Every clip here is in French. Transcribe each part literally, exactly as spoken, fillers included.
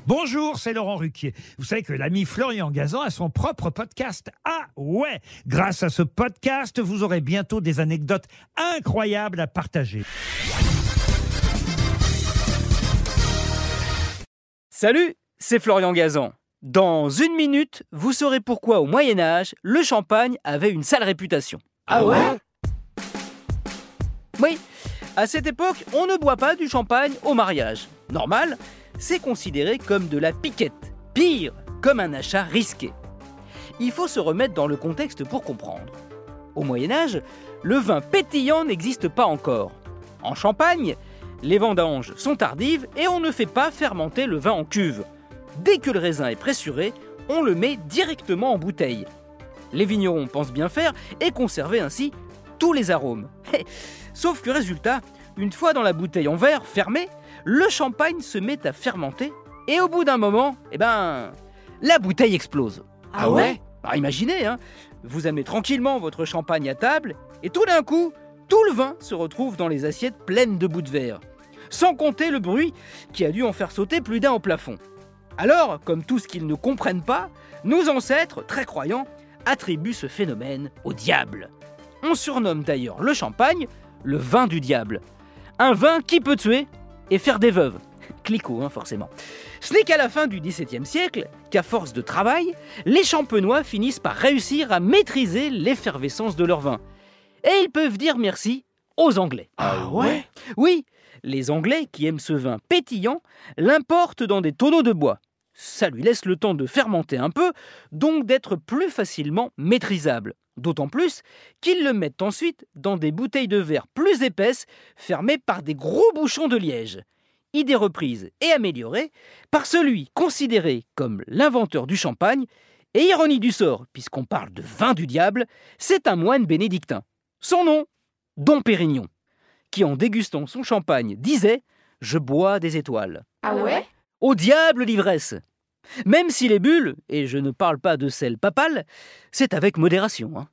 Bonjour, c'est Laurent Ruquier. Vous savez que l'ami Florian Gazan a son propre podcast. Ah ouais! Grâce à ce podcast, vous aurez bientôt des anecdotes incroyables à partager. Salut, c'est Florian Gazan. Dans une minute, vous saurez pourquoi au Moyen-Âge, le champagne avait une sale réputation. Ah ouais? Oui, à cette époque, on ne boit pas du champagne au mariage. Normal, c'est considéré comme de la piquette. Pire, comme un achat risqué. Il faut se remettre dans le contexte pour comprendre. Au Moyen-Âge, le vin pétillant n'existe pas encore. En Champagne, les vendanges sont tardives et on ne fait pas fermenter le vin en cuve. Dès que le raisin est pressuré, on le met directement en bouteille. Les vignerons pensent bien faire et conserver ainsi tous les arômes. Sauf que résultat, une fois dans la bouteille en verre fermée, le champagne se met à fermenter et au bout d'un moment, eh ben, la bouteille explose. Ah ouais? Bah, imaginez, hein, vous amenez tranquillement votre champagne à table et tout d'un coup, tout le vin se retrouve dans les assiettes pleines de bouts de verre. Sans compter le bruit qui a dû en faire sauter plus d'un au plafond. Alors, comme tout ce qu'ils ne comprennent pas, nos ancêtres, très croyants, attribuent ce phénomène au diable. On surnomme d'ailleurs le champagne le vin du diable. Un vin qui peut tuer et faire des veuves. Clicquot, hein, forcément. Ce n'est qu'à la fin du dix-septième siècle qu'à force de travail, les champenois finissent par réussir à maîtriser l'effervescence de leur vin. Et ils peuvent dire merci aux Anglais. Ah ouais? Oui, les Anglais, qui aiment ce vin pétillant, l'importent dans des tonneaux de bois. Ça lui laisse le temps de fermenter un peu, donc d'être plus facilement maîtrisable. D'autant plus qu'ils le mettent ensuite dans des bouteilles de verre plus épaisses, fermées par des gros bouchons de liège. Idée reprise et améliorée par celui considéré comme l'inventeur du champagne, et ironie du sort, puisqu'on parle de vin du diable, c'est un moine bénédictin. Son nom, Dom Pérignon, qui en dégustant son champagne disait « Je bois des étoiles ». Ah ouais? Au diable l'ivresse. Même si les bulles, et je ne parle pas de celle papale, c'est avec modération. Hein.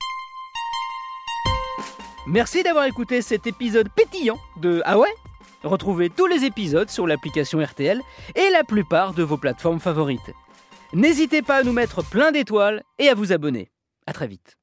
Merci d'avoir écouté cet épisode pétillant de Ah ouais? Retrouvez tous les épisodes sur l'application R T L et la plupart de vos plateformes favorites. N'hésitez pas à nous mettre plein d'étoiles et à vous abonner. À très vite.